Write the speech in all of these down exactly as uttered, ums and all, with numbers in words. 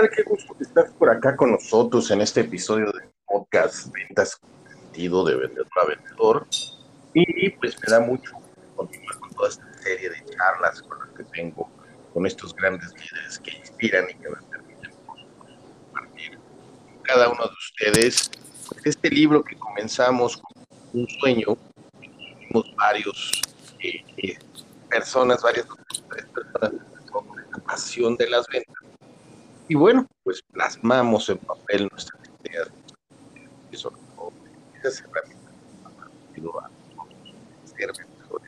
tal? Qué gusto que estás por acá con nosotros en este episodio del podcast Ventas con Sentido de Vendedor a Vendedor. Y pues me da mucho gusto continuar con toda esta serie de charlas con las que tengo con estos grandes líderes que inspiran y que me permiten compartir con cada uno de ustedes pues, este libro que comenzamos con un sueño. Tuvimos varios eh, eh, personas, varias tres personas con esta pasión de las ventas. Y bueno, pues plasmamos en papel nuestras ideas y sobre todo esas herramientas que nos han permitido a nosotros ser vendedores.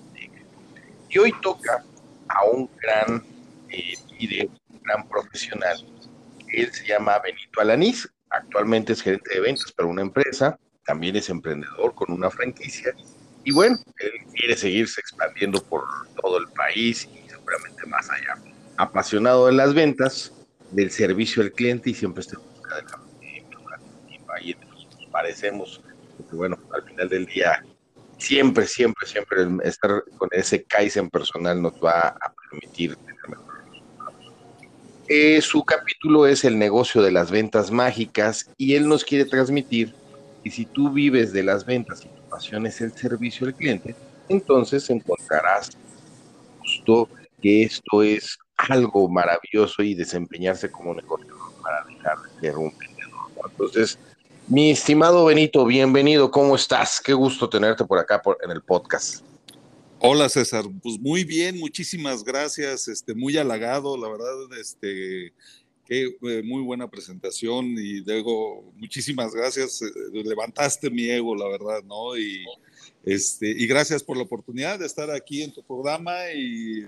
Y hoy toca a un gran eh, líder, un gran profesional. Él se llama Benito Alanís, actualmente es gerente de ventas para una empresa, también es emprendedor con una franquicia. Y bueno, él quiere seguirse expandiendo por todo el país y seguramente más allá. Apasionado de las ventas, del servicio al cliente y siempre está en busca de la mejora continua. Ahí nos parecemos, porque bueno, al final del día, siempre, siempre, siempre estar con ese Kaizen personal nos va a permitir tener mejores resultados. Eh, su capítulo es el negocio de las ventas mágicas y él nos quiere transmitir que si tú vives de las ventas y tu pasión es el servicio al cliente, entonces encontrarás justo que esto es algo maravilloso y desempeñarse como negociador para dejar de ser un vendedor, ¿no? Entonces, mi estimado Benito, bienvenido, ¿cómo estás? Qué gusto tenerte por acá por, en el podcast. Hola César, pues muy bien, muchísimas gracias, este, muy halagado, la verdad, este, qué eh, muy buena presentación y luego muchísimas gracias, eh, levantaste mi ego, la verdad, ¿no? Y, este, y gracias por la oportunidad de estar aquí en tu programa y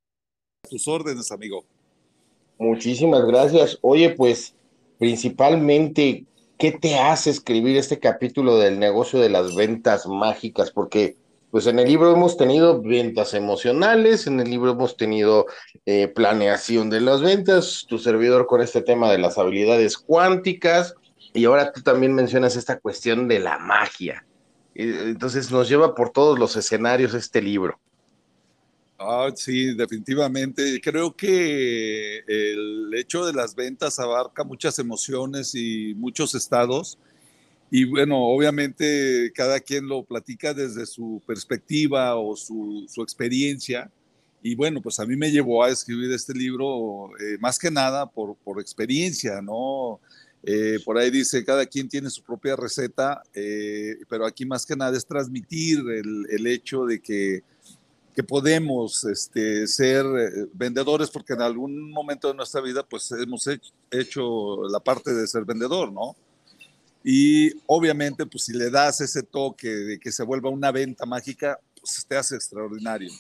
a tus órdenes, amigo. Muchísimas gracias. Oye, pues principalmente, ¿qué te hace escribir este capítulo del negocio de las ventas mágicas? Porque pues en el libro hemos tenido ventas emocionales, en el libro hemos tenido eh, planeación de las ventas, tu servidor con este tema de las habilidades cuánticas, y ahora tú también mencionas esta cuestión de la magia. Eh, Entonces nos lleva por todos los escenarios este libro. Ah, sí, definitivamente. Creo que el hecho de las ventas abarca muchas emociones y muchos estados. Y bueno, obviamente cada quien lo platica desde su perspectiva o su, su experiencia. Y bueno, pues a mí me llevó a escribir este libro eh, más que nada por, por experiencia, ¿no? Eh, por ahí dice, cada quien tiene su propia receta, eh, pero aquí más que nada es transmitir el, el hecho de que, que podemos este, ser eh, vendedores, porque en algún momento de nuestra vida pues hemos hecho, hecho la parte de ser vendedor, ¿no? Y obviamente, pues si le das ese toque de que se vuelva una venta mágica, pues te hace extraordinario.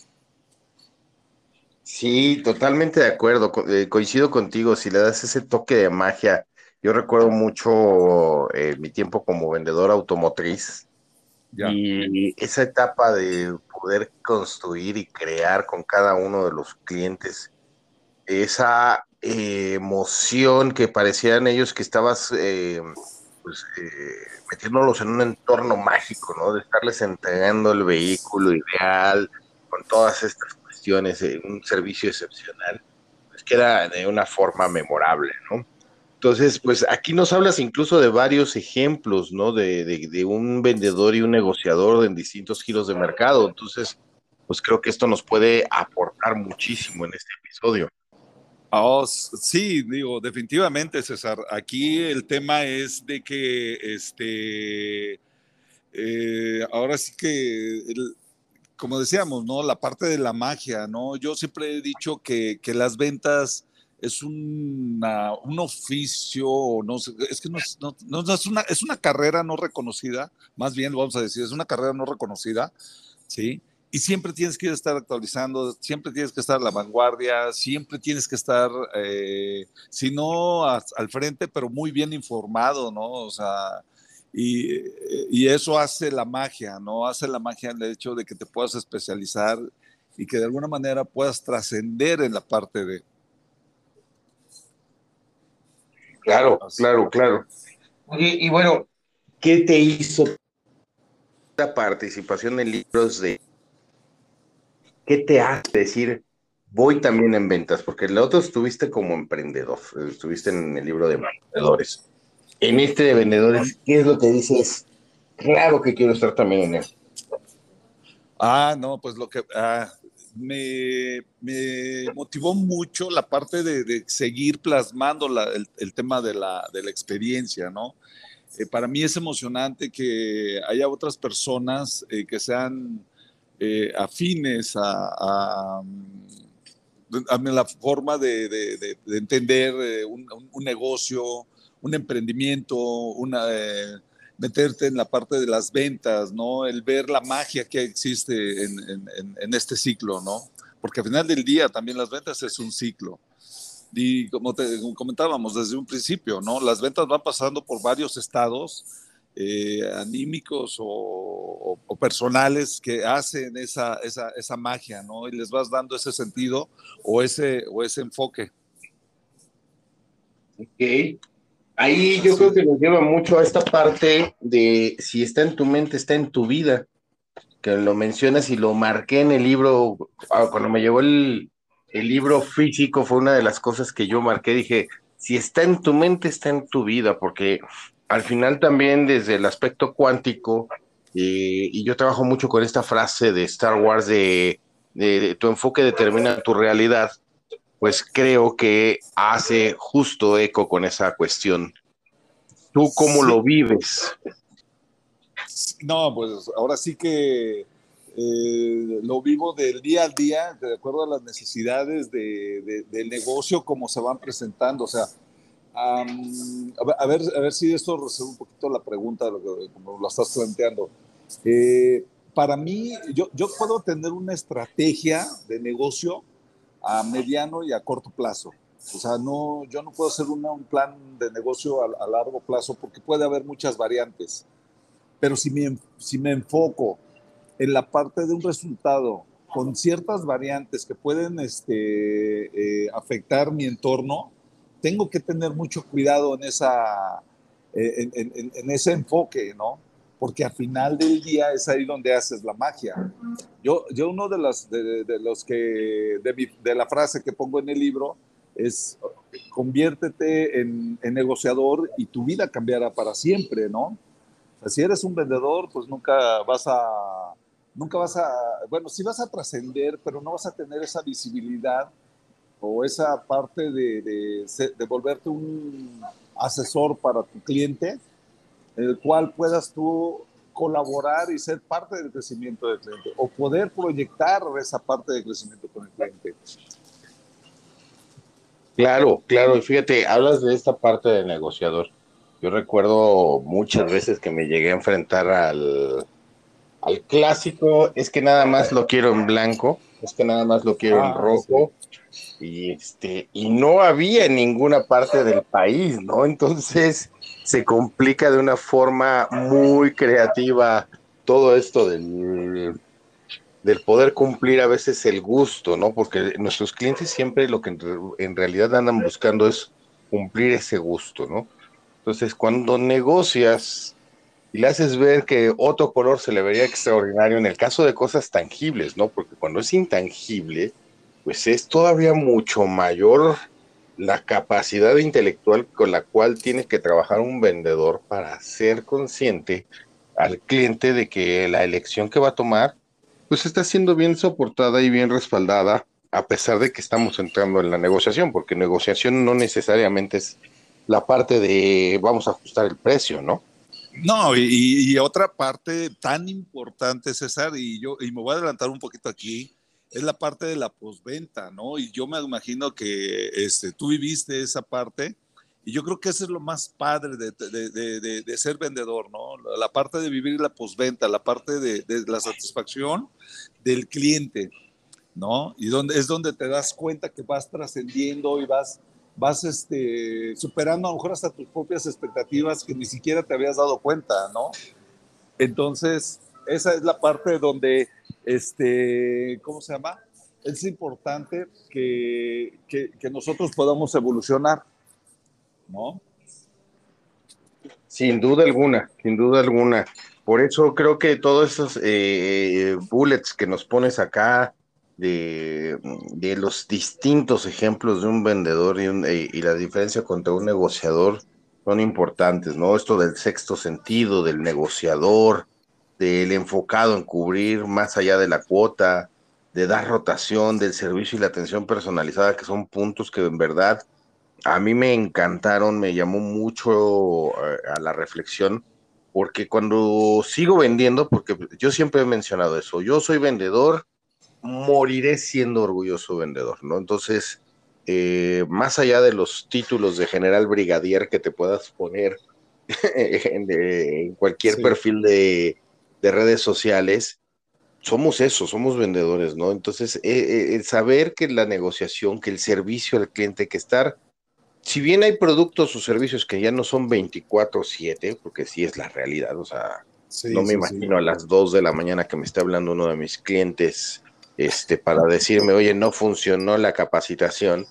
Sí, totalmente de acuerdo, co- eh, coincido contigo, si le das ese toque de magia, yo recuerdo mucho eh, mi tiempo como vendedor automotriz Ya. y esa etapa de poder construir y crear con cada uno de los clientes, esa eh, emoción que parecían ellos que estabas eh, pues, eh, metiéndolos en un entorno mágico, ¿no? De estarles entregando el vehículo ideal, con todas estas cuestiones, eh, un servicio excepcional, pues queda de una forma memorable, ¿no? Entonces, pues aquí nos hablas incluso de varios ejemplos, ¿no? De, de, de un vendedor y un negociador en distintos giros de mercado. Entonces, pues creo que esto nos puede aportar muchísimo en este episodio. Oh, sí, digo, definitivamente, César. Aquí el tema es de que, este, eh, ahora sí que, el, como decíamos, ¿no? La parte de la magia, ¿no? Yo siempre he dicho que, que las ventas es una, un oficio, no sé, es que no es, no, no es, una, es una carrera no reconocida, más bien vamos a decir, es una carrera no reconocida, ¿sí? Y siempre tienes que estar actualizando, siempre tienes que estar a la vanguardia, siempre tienes que estar, eh, si no a, al frente, pero muy bien informado, ¿no? O sea, y, y, eso hace la magia, ¿no? Hace la magia el hecho de que te puedas especializar y que de alguna manera puedas trascender en la parte de... Claro, claro, claro. Y, y bueno, ¿qué te hizo la participación en libros de qué te hace decir? voy también en ventas, porque el otro estuviste como emprendedor, estuviste en el libro de emprendedores. En este de vendedores, ¿qué es lo que dices? Claro que quiero estar también en él. Ah, no, pues lo que ah, me, me motivó mucho la parte de, de seguir plasmando la, el, el, tema de la, de la experiencia, ¿no? Eh, para mí es emocionante que haya otras personas eh, que sean eh, afines a, a, a, la forma de, de, de, de entender eh, un, un, negocio, un emprendimiento, una, eh, meterte en la parte de las ventas, ¿no? El ver la magia que existe en, en, en este ciclo, ¿no? Porque al final del día también las ventas es un ciclo. Y como te comentábamos desde un principio, ¿no? Las ventas van pasando por varios estados eh, anímicos o, o, o, personales que hacen esa, esa, esa magia, ¿no? Y les vas dando ese sentido o ese, o ese enfoque. Ok. Ahí yo Así creo es. que nos lleva mucho a esta parte de si está en tu mente, está en tu vida, que lo mencionas y lo marqué en el libro, ah, cuando me llegó el, el libro físico fue una de las cosas que yo marqué, dije, si está en tu mente, está en tu vida, porque al final también desde el aspecto cuántico, eh, y yo trabajo mucho con esta frase de Star Wars de, de, de tu enfoque determina tu realidad, pues creo que hace justo eco con esa cuestión. ¿Tú cómo Sí, lo vives? no, pues ahora sí que eh, lo vivo del día al día, de acuerdo a las necesidades de, de, del negocio, como se van presentando. O sea, um, a, ver, a ver si esto resuelve un poquito la pregunta, lo que, como lo estás planteando. Eh, para mí, yo, yo puedo tener una estrategia de negocio a mediano y a corto plazo. O sea, no, yo no puedo hacer una, un plan de negocio a, a largo plazo porque puede haber muchas variantes. Pero si me, si me enfoco en la parte de un resultado con ciertas variantes que pueden este, eh, afectar mi entorno, tengo que tener mucho cuidado en, esa, eh, en, en, en ese enfoque, ¿no? Porque al final del día es ahí donde haces la magia. Yo, yo uno de, las, de, de los que, de, mi, de la frase que pongo en el libro es, conviértete en, en negociador y tu vida cambiará para siempre, ¿no? O sea, si eres un vendedor, pues nunca vas a, nunca vas a, bueno, sí vas a trascender, pero no vas a tener esa visibilidad o esa parte de, de, de volverte un asesor para tu cliente, en el cual puedas tú colaborar y ser parte del crecimiento del cliente o poder proyectar esa parte de crecimiento con el cliente. Claro, claro, y fíjate, hablas de esta parte del negociador. Yo recuerdo muchas veces que me llegué a enfrentar al, al clásico, es que nada más lo quiero en blanco, es que nada más lo quiero en Ah, sí. rojo, y este, y no había en ninguna parte del país, ¿no? Entonces se complica de una forma muy creativa todo esto del del poder cumplir a veces el gusto, ¿no? Porque nuestros clientes siempre lo que en, en realidad andan buscando es cumplir ese gusto, ¿no? Entonces, cuando negocias y le haces ver que otro color se le vería extraordinario en el caso de cosas tangibles, ¿no? Porque cuando es intangible, pues es todavía mucho mayor la capacidad intelectual con la cual tiene que trabajar un vendedor para ser consciente al cliente de que la elección que va a tomar pues está siendo bien soportada y bien respaldada, a pesar de que estamos entrando en la negociación, porque negociación no necesariamente es la parte de vamos a ajustar el precio, ¿no? No, y, y, otra parte tan importante, César, y yo y me voy a adelantar un poquito aquí, es la parte de la postventa, ¿no? Y yo me imagino que este, tú viviste esa parte, y yo creo que eso es lo más padre de, de, de, de, de ser vendedor, ¿no? La, la parte de vivir la postventa, la parte de, de la satisfacción del cliente, ¿no? Y donde, es donde te das cuenta que vas trascendiendo y vas, vas este, superando a lo mejor hasta tus propias expectativas que ni siquiera te habías dado cuenta, ¿no? Entonces, esa es la parte donde, este, ¿cómo se llama? Es importante que, que, que nosotros podamos evolucionar, ¿no? Sin duda alguna, sin duda alguna. Por eso creo que todos esos eh, bullets que nos pones acá de, de los distintos ejemplos de un vendedor y, un, y, y la diferencia contra un negociador son importantes, ¿no? Esto del sexto sentido, del negociador, del enfocado en cubrir más allá de la cuota, de dar rotación, del servicio y la atención personalizada, que son puntos que en verdad a mí me encantaron, me llamó mucho eh, a la reflexión, porque cuando sigo vendiendo, porque yo siempre he mencionado eso, yo soy vendedor, moriré siendo orgulloso vendedor, ¿no? Entonces, eh, más allá de los títulos de general brigadier que te puedas poner en, de- en cualquier Sí, perfil de, de redes sociales, somos eso, somos vendedores, ¿no? Entonces, eh, eh, el saber que la negociación, que el servicio al cliente, que estar, si bien hay productos o servicios que ya no son veinticuatro siete, porque sí es la realidad, o sea, no sí, me sí, sí. imagino a las dos de la mañana que me está hablando uno de mis clientes, este, para decirme, oye, no funcionó la capacitación,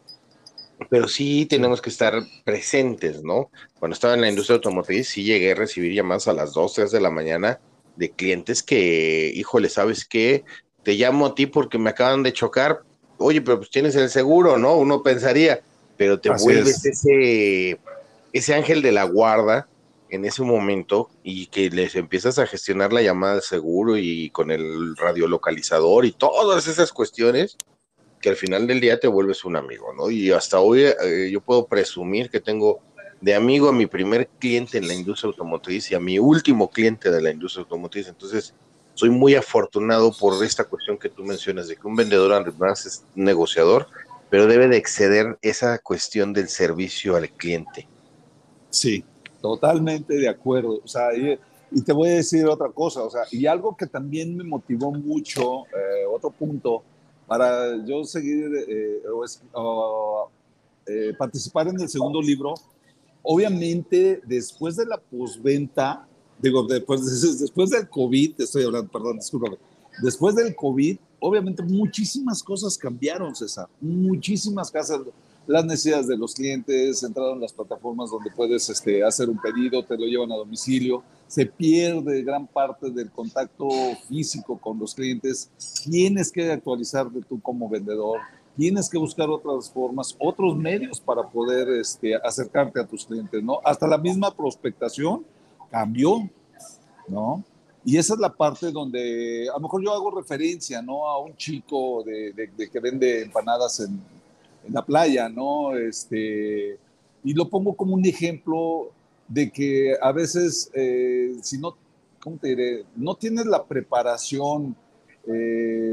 pero sí Sí. tenemos que estar presentes, ¿no? Cuando estaba en la industria automotriz, sí llegué a recibir llamadas a las dos, tres de la mañana de clientes que, híjole, ¿sabes qué? Te llamo a ti porque me acaban de chocar. Oye, pero pues tienes el seguro, ¿no? Uno pensaría, pero te Así vuelves es. ese, ese ángel de la guarda en ese momento y que les empiezas a gestionar la llamada de seguro y con el radiolocalizador y todas esas cuestiones que al final del día te vuelves un amigo, ¿no? Y hasta hoy eh, yo puedo presumir que tengo de amigo a mi primer cliente en la industria automotriz y a mi último cliente de la industria automotriz. Entonces, soy muy afortunado por esta cuestión que tú mencionas, de que un vendedor además es un negociador, pero debe de exceder esa cuestión del servicio al cliente. Sí, totalmente de acuerdo. O sea, y, y te voy a decir otra cosa, o sea, y algo que también me motivó mucho, eh, otro punto, para yo seguir eh, o es- o, eh, participar en el segundo libro, obviamente después de la posventa, digo, después, después del COVID, te estoy hablando, perdón, discúlpame, después del COVID, obviamente muchísimas cosas cambiaron, César, muchísimas cosas, las necesidades de los clientes, entraron las plataformas donde puedes este, hacer un pedido, te lo llevan a domicilio, se pierde gran parte del contacto físico con los clientes, tienes que actualizarte tú como vendedor, tienes que buscar otras formas, otros medios para poder este, acercarte a tus clientes, ¿no? Hasta la misma prospectación cambió, ¿no? Y esa es la parte donde a lo mejor yo hago referencia, ¿no? A un chico de, de, de que vende empanadas en, en, la playa, ¿no? Este, y lo pongo como un ejemplo de que a veces, eh, si no, ¿cómo te diré? No tienes la preparación eh,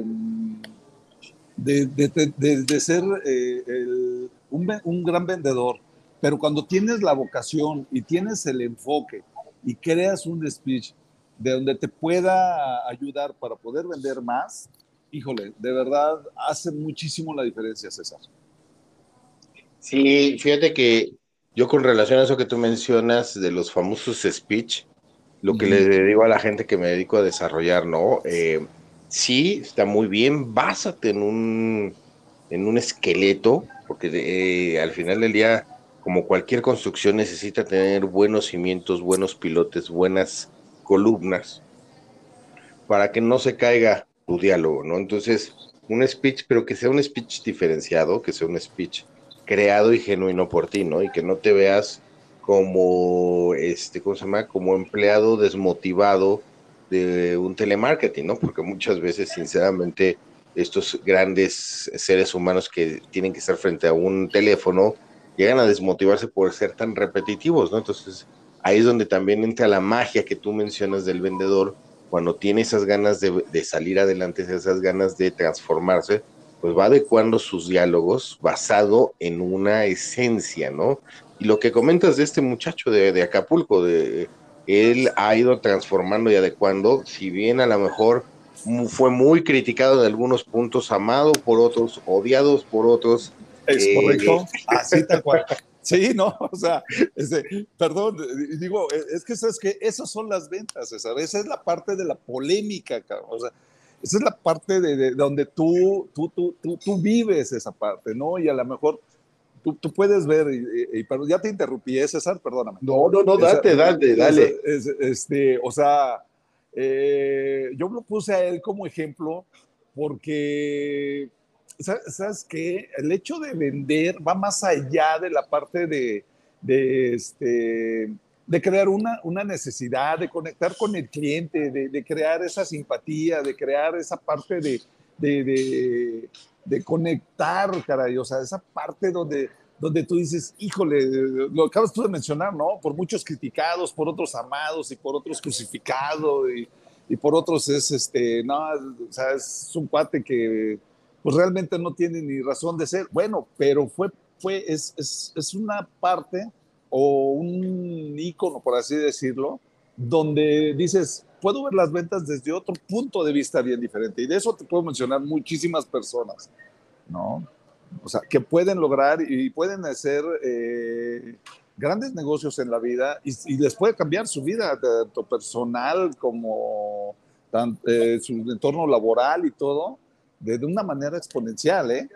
de, de, de, de ser eh, el, un, un gran vendedor, pero cuando tienes la vocación y tienes el enfoque y creas un speech de donde te pueda ayudar para poder vender más, híjole, de verdad hace muchísimo la diferencia, César. Sí, fíjate que yo con relación a eso que tú mencionas de los famosos speech, Uh lo que -huh. le digo a la gente que me dedico a desarrollar, ¿no? Eh, sí, está muy bien, básate en un, en un esqueleto, porque eh, al final del día, como cualquier construcción, necesita tener buenos cimientos, buenos pilotes, buenas columnas, para que no se caiga tu diálogo, ¿no? Entonces, un speech, pero que sea un speech diferenciado, que sea un speech creado y genuino por ti, ¿no? Y que no te veas como, este, ¿cómo se llama? Como empleado desmotivado de un telemarketing, ¿no? Porque muchas veces, sinceramente, estos grandes seres humanos que tienen que estar frente a un teléfono llegan a desmotivarse por ser tan repetitivos, ¿no? Entonces, ahí es donde también entra la magia que tú mencionas del vendedor cuando tiene esas ganas de, de, salir adelante, esas ganas de transformarse, pues va adecuando sus diálogos basado en una esencia, ¿no? Y lo que comentas de este muchacho de, de Acapulco, de, él ha ido transformando y adecuando, si bien a lo mejor fue muy criticado en algunos puntos, amado por otros, odiados por otros. Es Eh, correcto, así tal cual. Sí, no, o sea, este, perdón, digo, es que sabes que esas son las ventas, César, esa es la parte de la polémica, cabrón. O sea, esa es la parte de, de donde tú, tú, tú, tú, tú vives esa parte, ¿no? Y a lo mejor tú, tú puedes ver, y, y, pero ya te interrumpí, ¿eh, César? Perdóname. no, no, no, Esa, date, date, esa, dale. es, este, o sea, eh, yo lo puse a él como ejemplo porque, ¿sabes qué? El hecho de vender va más allá de la parte de, de, este, de crear una, una necesidad, de conectar con el cliente, de, de crear esa simpatía, de crear esa parte de, de, de, de conectar, caray, o sea, esa parte donde, donde tú dices, híjole, lo acabas tú de mencionar, ¿no? Por muchos criticados, por otros amados y por otros crucificados y, y por otros es, este, no, o sea, es un cuate que pues realmente no tiene ni razón de ser. Bueno, pero fue, fue es, es, es una parte o un ícono, por así decirlo, donde dices, puedo ver las ventas desde otro punto de vista bien diferente. Y de eso te puedo mencionar muchísimas personas, ¿no? O sea, que pueden lograr y pueden hacer eh, grandes negocios en la vida y, y, les puede cambiar su vida, tanto personal como tan, eh, su entorno laboral y todo, de, de una manera exponencial, ¿eh?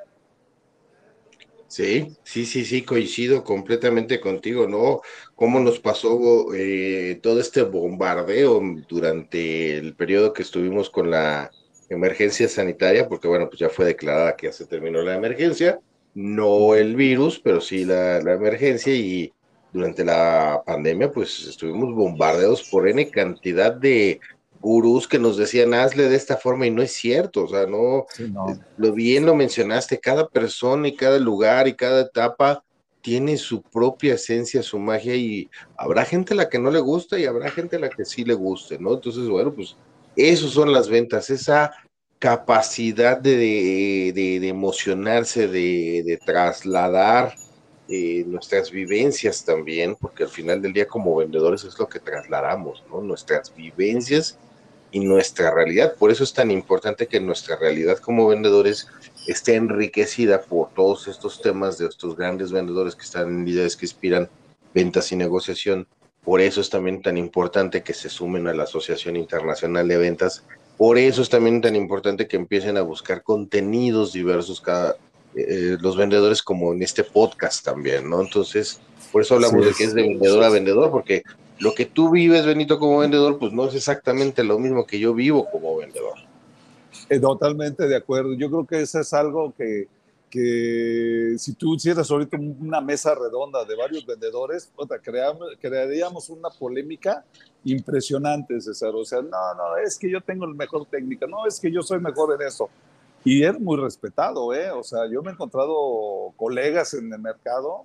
Sí, sí, sí, sí, coincido completamente contigo, ¿no? Cómo nos pasó eh, todo este bombardeo durante el periodo que estuvimos con la emergencia sanitaria, porque bueno, pues ya fue declarada que ya se terminó la emergencia, no el virus, pero sí la, la emergencia, y durante la pandemia pues estuvimos bombardeados por N cantidad de gurús que nos decían hazle de esta forma y no es cierto, o sea, no, Sí, no. lo bien lo mencionaste, cada persona y cada lugar y cada etapa tiene su propia esencia, su magia, y habrá gente a la que no le gusta y habrá gente a la que sí le guste, ¿no? Entonces, bueno, pues esos son las ventas, esa capacidad de, de, de, de emocionarse, de, de trasladar eh, nuestras vivencias también, porque al final del día como vendedores es lo que trasladamos, ¿no? Nuestras vivencias y nuestra realidad. Por eso es tan importante que nuestra realidad como vendedores esté enriquecida por todos estos temas de estos grandes vendedores que están en líderes que inspiran ventas y negociación. Por eso es también tan importante que se sumen a la Asociación Internacional de Ventas. Por eso es también tan importante que empiecen a buscar contenidos diversos cada, eh, los vendedores, como en este podcast también, ¿no? Entonces, por eso Así hablamos de que es es. de vendedor a vendedor, porque lo que tú vives, Benito, como vendedor, pues no es exactamente lo mismo que yo vivo como vendedor. Eh, totalmente de acuerdo. Yo creo que eso es algo que, que si tú hicieras ahorita una mesa redonda de varios vendedores, otra, creamos, crearíamos una polémica impresionante, César. O sea, no, no, es que yo tengo la mejor técnica, no, es que yo soy mejor en eso. Y es muy respetado, ¿eh? O sea, yo me he encontrado colegas en el mercado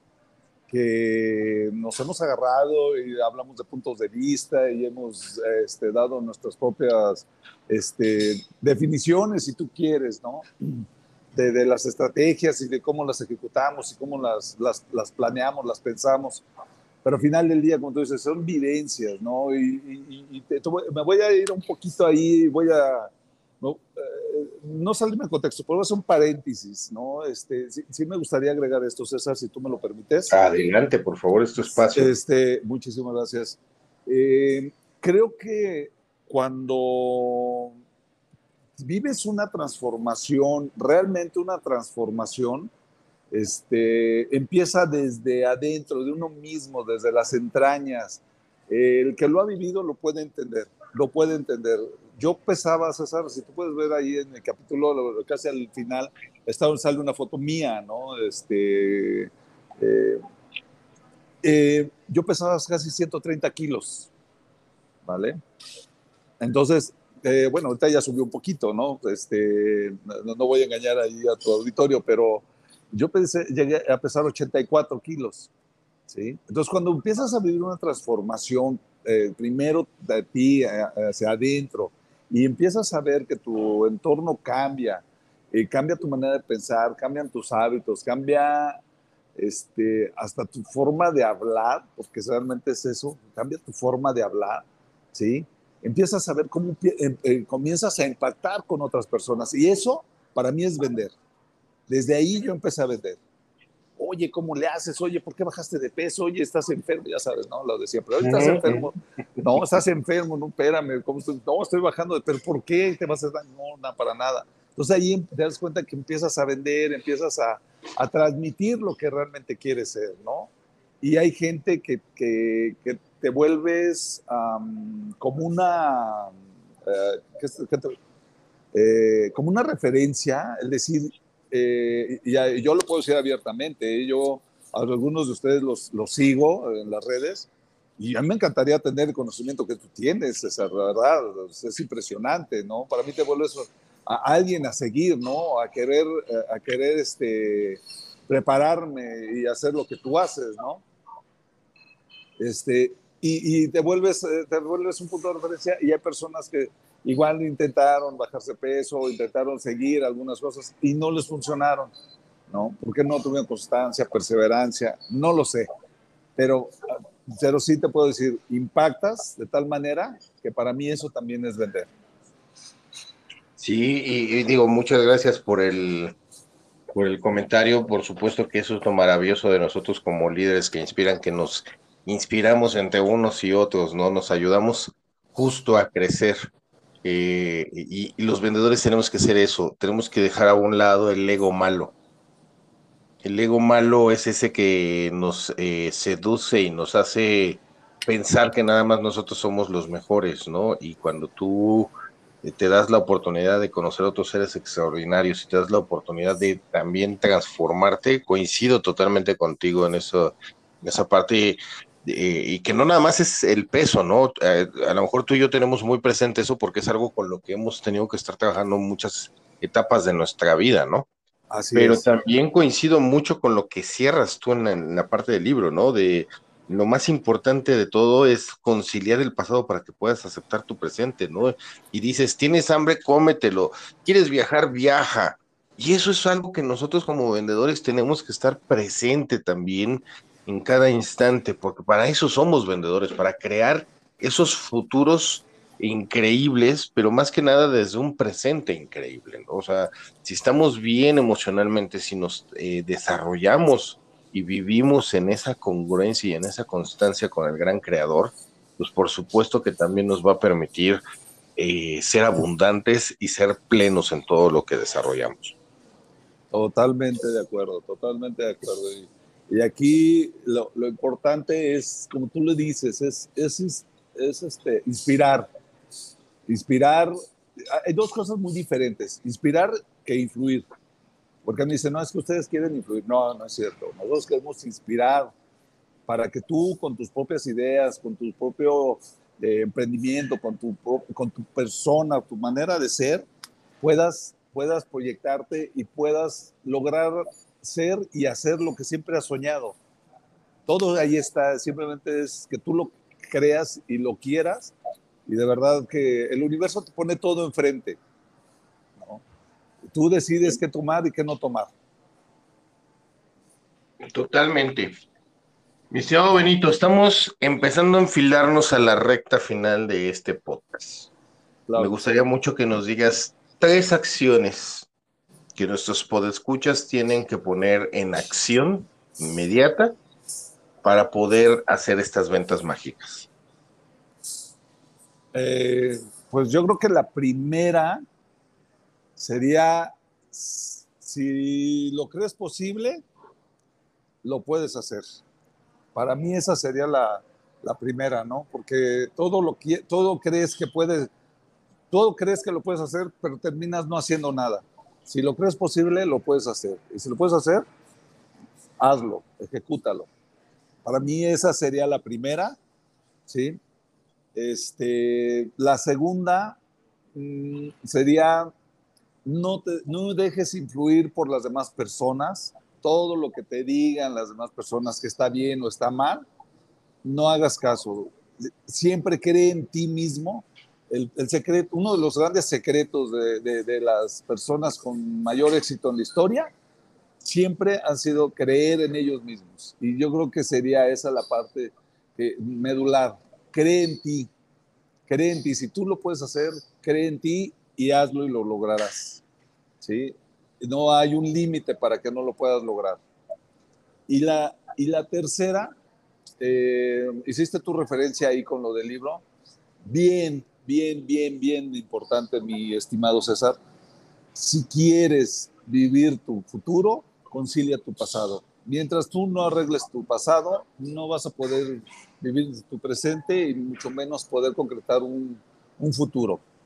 que nos hemos agarrado y hablamos de puntos de vista y hemos este, dado nuestras propias este, definiciones, si tú quieres, ¿no? De, de, las estrategias y de cómo las ejecutamos y cómo las, las, las planeamos, las pensamos. Pero al final del día, como tú dices, son vivencias, ¿no? Y, y, y te, te voy, me voy a ir un poquito ahí, voy a, no, eh, no salirme en contexto, pero voy a hacer un paréntesis, ¿no? Este, sí, sí me gustaría agregar esto, César, si tú me lo permites. Adelante, por favor, es tu espacio. Este, muchísimas gracias. Eh, creo que cuando vives una transformación, realmente una transformación, este, empieza desde adentro, de uno mismo, desde las entrañas. El que lo ha vivido lo puede entender, lo puede entender. Yo pesaba, César, si tú puedes ver ahí en el capítulo, casi al final, está, sale una foto mía, ¿no? Este, eh, eh, yo pesaba casi ciento treinta kilos, ¿vale? Entonces, eh, bueno, ahorita ya subió un poquito, ¿no? Este, no, no voy a engañar ahí a tu auditorio, pero yo pensé, llegué a pesar ochenta y cuatro kilos, ¿sí? Entonces, cuando empiezas a vivir una transformación, eh, primero de ti hacia adentro, y empiezas a ver que tu entorno cambia, eh, cambia tu manera de pensar, cambian tus hábitos, cambia este, hasta tu forma de hablar, porque realmente es eso, cambia tu forma de hablar, ¿sí? Empiezas a ver cómo eh, eh, comienzas a impactar con otras personas, y eso para mí es vender. Desde ahí yo empecé a vender. Oye, ¿cómo le haces? Oye, ¿por qué bajaste de peso? Oye, estás enfermo, ya sabes, ¿no? Lo decía, pero ahorita estás enfermo. No, estás enfermo, no, espérame, ¿cómo estoy? No, estoy bajando de peso, ¿por qué te vas a dar? No, no, para nada. Entonces ahí te das cuenta que empiezas a vender, empiezas a, a transmitir lo que realmente quieres ser, ¿no? Y hay gente que, que, que te vuelves um, como una... Uh, ¿qué, qué te, eh, como una referencia, es decir, eh, y, y yo lo puedo decir abiertamente, ¿eh? Yo a algunos de ustedes los, los sigo en las redes y a mí me encantaría tener el conocimiento que tú tienes, César, la verdad, es impresionante, ¿no? Para mí te vuelves a, a alguien a seguir, ¿no? A querer, a querer este, prepararme y hacer lo que tú haces, ¿no? Este, y, y te, vuelves, te vuelves un punto de referencia y hay personas que igual intentaron bajarse peso, intentaron seguir algunas cosas y no les funcionaron, ¿no? Porque no tuvieron constancia, perseverancia, no lo sé, pero, pero sí te puedo decir, impactas de tal manera que para mí eso también es vender. Sí, y, y digo, muchas gracias por el, por el comentario. Por supuesto que eso es lo maravilloso de nosotros como líderes que inspiran, que nos inspiramos entre unos y otros, ¿no? Nos ayudamos justo a crecer. Eh, y, y los vendedores tenemos que hacer eso, tenemos que dejar a un lado el ego malo. El ego malo es ese que nos eh, seduce y nos hace pensar que nada más nosotros somos los mejores, ¿no? Y cuando tú eh, te das la oportunidad de conocer a otros seres extraordinarios y te das la oportunidad de también transformarte, coincido totalmente contigo en eso, en esa parte, eh, y que no nada más es el peso, ¿no? Eh, a lo mejor tú y yo tenemos muy presente eso porque es algo con lo que hemos tenido que estar trabajando muchas etapas de nuestra vida, ¿no? Así Pero es. también coincido mucho con lo que cierras tú en la, en la parte del libro, ¿no? De lo más importante de todo es conciliar el pasado para que puedas aceptar tu presente, ¿no? Y dices, tienes hambre, cómetelo, quieres viajar, viaja. Y eso es algo que nosotros como vendedores tenemos que estar presente también en cada instante, porque para eso somos vendedores, para crear esos futuros increíbles, pero más que nada desde un presente increíble, ¿no? O sea, si estamos bien emocionalmente, si nos eh, desarrollamos y vivimos en esa congruencia y en esa constancia con el gran creador, pues por supuesto que también nos va a permitir eh, ser abundantes y ser plenos en todo lo que desarrollamos. Totalmente de acuerdo, totalmente de acuerdo. Y, y aquí lo, lo, importante es, como tú le dices, es, es, es, es este, inspirar. Inspirar, hay dos cosas muy diferentes, inspirar que influir. Porque me dicen, no, es que ustedes quieren influir. No, no es cierto. Nosotros queremos inspirar para que tú con tus propias ideas, con tu propio eh, emprendimiento, con tu, con tu persona, tu manera de ser, puedas, puedas proyectarte y puedas lograr ser y hacer lo que siempre has soñado. Todo ahí está, simplemente es que tú lo creas y lo quieras y de verdad que el universo te pone todo enfrente, ¿no? Tú decides qué tomar y qué no tomar. Totalmente. Mi estimado Benito, estamos empezando a enfilarnos a la recta final de este podcast. Me Claro que sí. gustaría mucho que nos digas tres acciones que nuestros podescuchas tienen que poner en acción inmediata para poder hacer estas ventas mágicas. Eh, pues yo creo que la primera sería, si lo crees posible, lo puedes hacer. Para mí esa sería la, la primera, ¿no? Porque todo lo que todo crees que puedes, todo crees que lo puedes hacer, pero terminas no haciendo nada. Si lo crees posible, lo puedes hacer. Y si lo puedes hacer, hazlo, ejecútalo. Para mí esa sería la primera, ¿sí? Este, la segunda mmm, sería no, te, no dejes influir por las demás personas. Todo lo que te digan las demás personas que está bien o está mal, no hagas caso. Siempre cree en ti mismo. El, el secreto, uno de los grandes secretos de, de, de las personas con mayor éxito en la historia siempre han sido creer en ellos mismos. Y yo creo que sería esa la parte eh, medular. Cree en ti, cree en ti. Si tú lo puedes hacer, cree en ti y hazlo y lo lograrás. ¿Sí? No hay un límite para que no lo puedas lograr. Y la, y la tercera, eh, hiciste tu referencia ahí con lo del libro. Bien, bien, bien, bien importante, mi estimado César. Si quieres vivir tu futuro, concilia tu pasado. Mientras tú no arregles tu pasado, no vas a poder vivir tu presente y mucho menos poder concretar un, un futuro.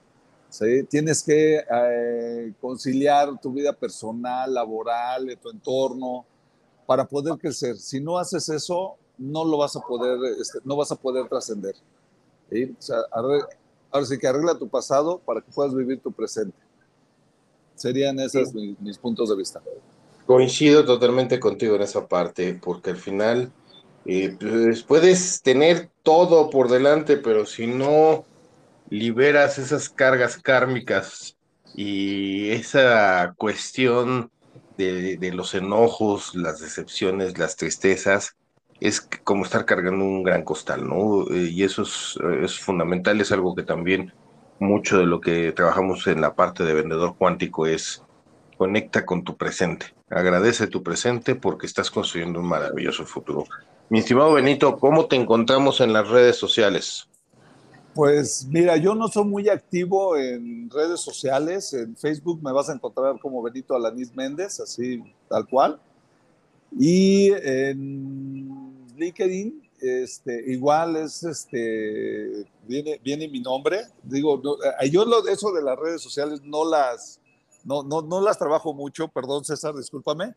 ¿sí? Tienes que eh, conciliar tu vida personal, laboral, de tu entorno, para poder crecer. Si no haces eso, no lo vas a poder, este, no vas a poder trascender. ¿Sí? O sea, arre, ahora sí que arregla tu pasado para que puedas vivir tu presente. Serían esos Sí. mis, mis puntos de vista. Coincido totalmente contigo en esa parte, porque al final eh, pues, puedes tener todo por delante, pero si no liberas esas cargas kármicas y esa cuestión de, de los enojos, las decepciones, las tristezas, es c- como estar cargando un gran costal, ¿no? Eh, y eso es, es fundamental, es algo que también mucho de lo que trabajamos en la parte de vendedor cuántico es conecta con tu presente, agradece tu presente porque estás construyendo un maravilloso futuro. Mi estimado Benito, ¿cómo te encontramos en las redes sociales? Pues mira, yo no soy muy activo en redes sociales. En Facebook me vas a encontrar como Benito Alanís Méndez, así tal cual. Y en LinkedIn, este, igual es, este, viene, viene mi nombre. Digo, no, eh, yo lo, eso de las redes sociales no las, no, no, no las trabajo mucho, perdón César, discúlpame.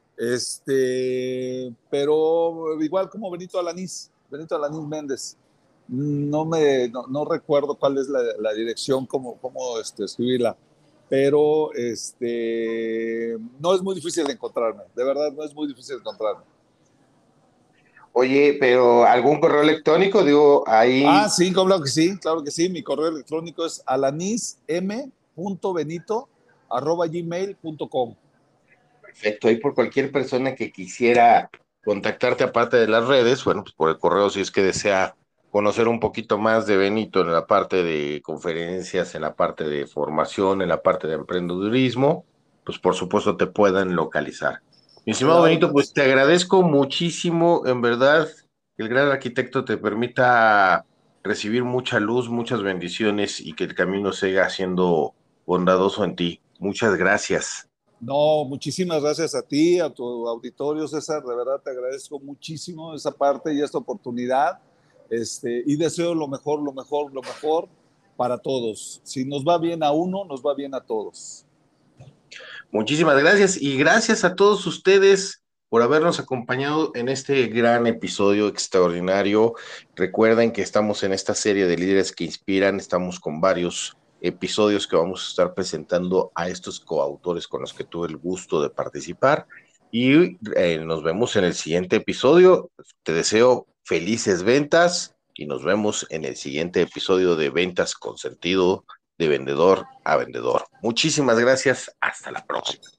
Este, pero igual como Benito Alanís, Benito Alanís Méndez. No me, no, no recuerdo cuál es la, la dirección, cómo, cómo este, escribirla, pero este, no es muy difícil de encontrarme, de verdad no es muy difícil de encontrarme. Oye, pero algún correo electrónico, digo, Ah, ahí, sí, claro que sí, claro que sí, mi correo electrónico es alanism.benito arroba gmail.com. perfecto, ahí por cualquier persona que quisiera contactarte aparte de las redes, bueno, pues por el correo si es que desea conocer un poquito más de Benito en la parte de conferencias, en la parte de formación, en la parte de emprendedurismo, pues por supuesto te puedan localizar. Mi estimado Claro Benito, que pues sí. te agradezco muchísimo, en verdad, que el gran arquitecto te permita recibir mucha luz, muchas bendiciones y que el camino siga siendo bondadoso en ti. Muchas gracias. No, muchísimas gracias a ti, a tu auditorio, César. De verdad te agradezco muchísimo esa parte y esta oportunidad. Este, y deseo lo mejor, lo mejor, lo mejor para todos. Si nos va bien a uno, nos va bien a todos. Muchísimas gracias y gracias a todos ustedes por habernos acompañado en este gran episodio extraordinario. Recuerden que estamos en esta serie de líderes que inspiran, estamos con varios episodios que vamos a estar presentando a estos coautores con los que tuve el gusto de participar y eh, nos vemos en el siguiente episodio. Te deseo felices ventas y nos vemos en el siguiente episodio de Ventas con Sentido de vendedor a vendedor. Muchísimas gracias. Hasta la próxima.